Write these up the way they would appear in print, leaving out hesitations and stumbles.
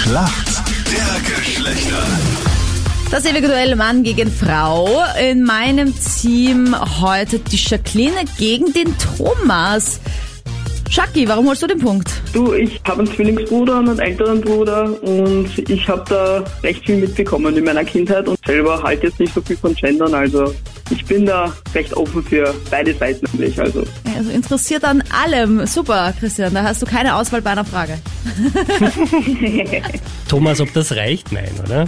Schlacht der Geschlechter. Das ewige Duell Mann gegen Frau. In meinem Team heute die Jacqueline gegen den Thomas. Schacki, warum holst du den Punkt? Du, ich habe einen Zwillingsbruder und einen älteren Bruder und ich habe da recht viel mitbekommen in meiner Kindheit und selber halte jetzt nicht so viel von Gendern, also ich bin da recht offen für beide Seiten nämlich. Also interessiert an allem. Super, Christian, da hast du keine Auswahl bei einer Frage. Thomas, ob das reicht? Nein, oder?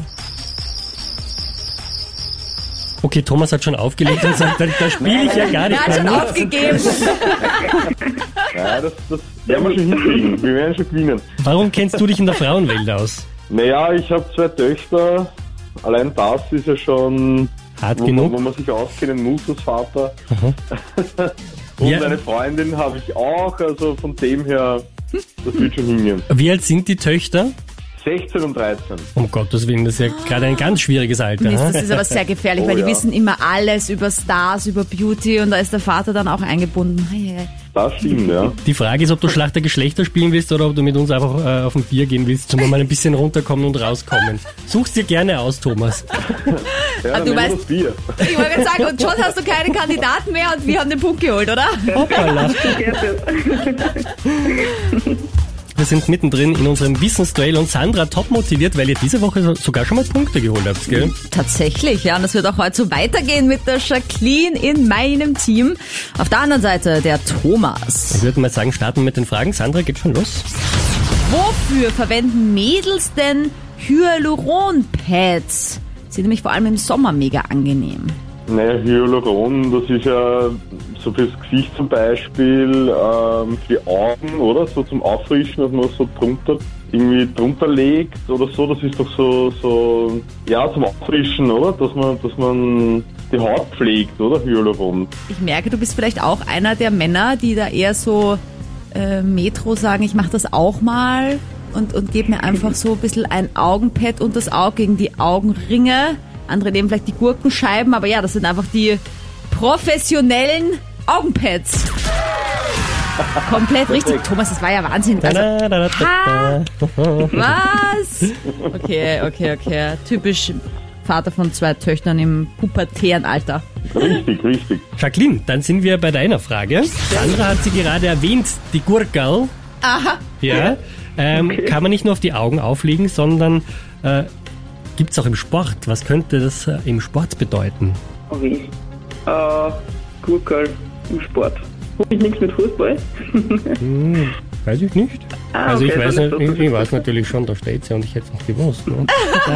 Okay, Thomas hat schon aufgelegt und sagt, da spiele ich ja gar nicht mehr. Er hat schon aufgegeben. Ja, das werden wir schon hinkriegen. Wir werden schon gewinnen. Warum kennst du dich in der Frauenwelt aus? Naja, ich habe 2 Töchter. Allein das ist ja schon hart genug, wo man sich auskennen muss als Vater. Und eine Freundin habe ich auch, also von dem her, das wird schon hingehen. Wie alt sind die Töchter? 16 und 13. Um Gottes Willen, das ist ja gerade ein ganz schwieriges Alter. Mist, das ist aber sehr gefährlich, weil die wissen immer alles über Stars, über Beauty und da ist der Vater dann auch eingebunden. Das stimmt, ja. Die Frage ist, ob du Schlacht der Geschlechter spielen willst oder ob du mit uns einfach auf ein Bier gehen willst, zum mal ein bisschen runterkommen und rauskommen. Such's dir gerne aus, Thomas. Ja, du weißt, das Bier. Ich wollte gerade sagen, und schon hast du keine Kandidaten mehr und wir haben den Punkt geholt, oder? Hoppala. Wir sind mittendrin in unserem Wissensduell und Sandra top motiviert, weil ihr diese Woche sogar schon mal Punkte geholt habt, gell? Tatsächlich, ja. Und das wird auch heute so weitergehen mit der Jacqueline in meinem Team. Auf der anderen Seite der Thomas. Ich würde mal sagen, starten mit den Fragen. Sandra, geht schon los. Wofür verwenden Mädels denn Hyaluron-Pads? Sind nämlich vor allem im Sommer mega angenehm. Naja, Hyaluron, das ist ja so fürs Gesicht zum Beispiel, für die Augen, oder? So zum Auffrischen, dass man so drunter legt oder so. Das ist doch so zum Auffrischen, oder? Dass man die Haut pflegt, oder? Hyaluron. Ich merke, du bist vielleicht auch einer der Männer, die da eher so Metro sagen, ich mache das auch mal und gebe mir einfach so ein bisschen ein Augenpad unter das Auge gegen die Augenringe. Andere nehmen vielleicht die Gurkenscheiben, aber ja, das sind einfach die professionellen Augenpads. Komplett richtig. Thomas, das war ja Wahnsinn. Also, was? Okay. Typisch Vater von 2 Töchtern im pubertären Alter. Richtig. Jacqueline, dann sind wir bei deiner Frage. Sandra hat sie gerade erwähnt, die Gurkel. Aha. Ja, kann man nicht nur auf die Augen auflegen, sondern gibt es auch im Sport. Was könnte das im Sport bedeuten? Okay. Gurkel im Sport. Habe ich nichts mit Fußball? Weiß ich nicht. Also okay, ich weiß natürlich schon, da steht sie und ich hätte es nicht gewusst. Ne?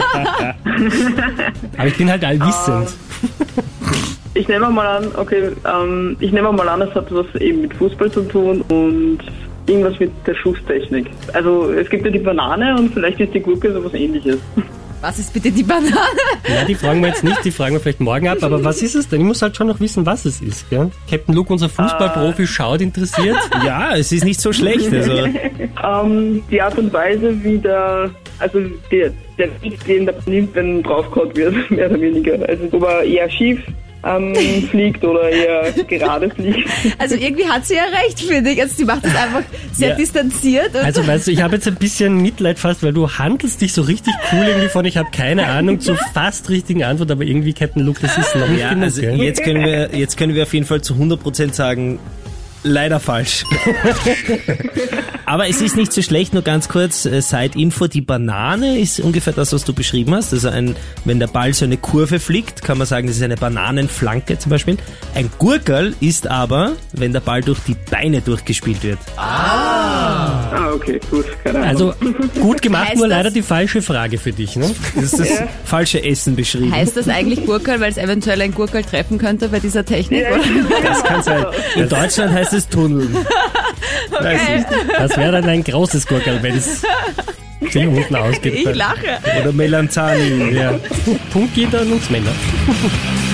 Aber ich bin halt allwissend. Ich nehme mal an, es hat was eben mit Fußball zu tun und irgendwas mit der Schusstechnik. Also es gibt ja die Banane und vielleicht ist die Gurke so was Ähnliches. Was ist bitte die Banane? Ja, die fragen wir jetzt nicht, die fragen wir vielleicht morgen ab, aber was ist es denn? Ich muss halt schon noch wissen, was es ist, gell? Captain Luke, unser Fußballprofi, schaut interessiert. Ja, es ist nicht so schlecht. Also. Die Art und Weise, wie der Weg, den da nimmt, wenn draufgehauen wird, mehr oder weniger. Also ob er eher schief fliegt oder eher gerade fliegt. Also irgendwie hat sie ja recht, finde ich. Also sie macht das einfach sehr distanziert. Also weißt du, ich habe jetzt ein bisschen Mitleid fast, weil du handelst dich so richtig cool irgendwie von, ich habe keine Ahnung zur fast richtigen Antwort, aber irgendwie Captain Luke, das ist noch nicht genug. Also jetzt können wir auf jeden Fall zu 100% sagen, leider falsch. Aber es ist nicht so schlecht, nur ganz kurz, Side-Info, die Banane ist ungefähr das, was du beschrieben hast. Also wenn der Ball so eine Kurve fliegt, kann man sagen, das ist eine Bananenflanke zum Beispiel. Ein Gurkerl ist aber, wenn der Ball durch die Beine durchgespielt wird. Okay, gut, keine Ahnung. Also gut gemacht, nur leider die falsche Frage für dich, ne? Das ist das falsche Essen beschrieben. Heißt das eigentlich Gurkerl, weil es eventuell ein Gurkerl treffen könnte bei dieser Technik? Ja, das kann sein. In Deutschland heißt es Tunneln. Okay. Das wäre dann ein großes Gurkerl, wenn es sich unten ausgeht. Ich lache. Oder Melanzani. Ja. Punkt geht an uns Männer.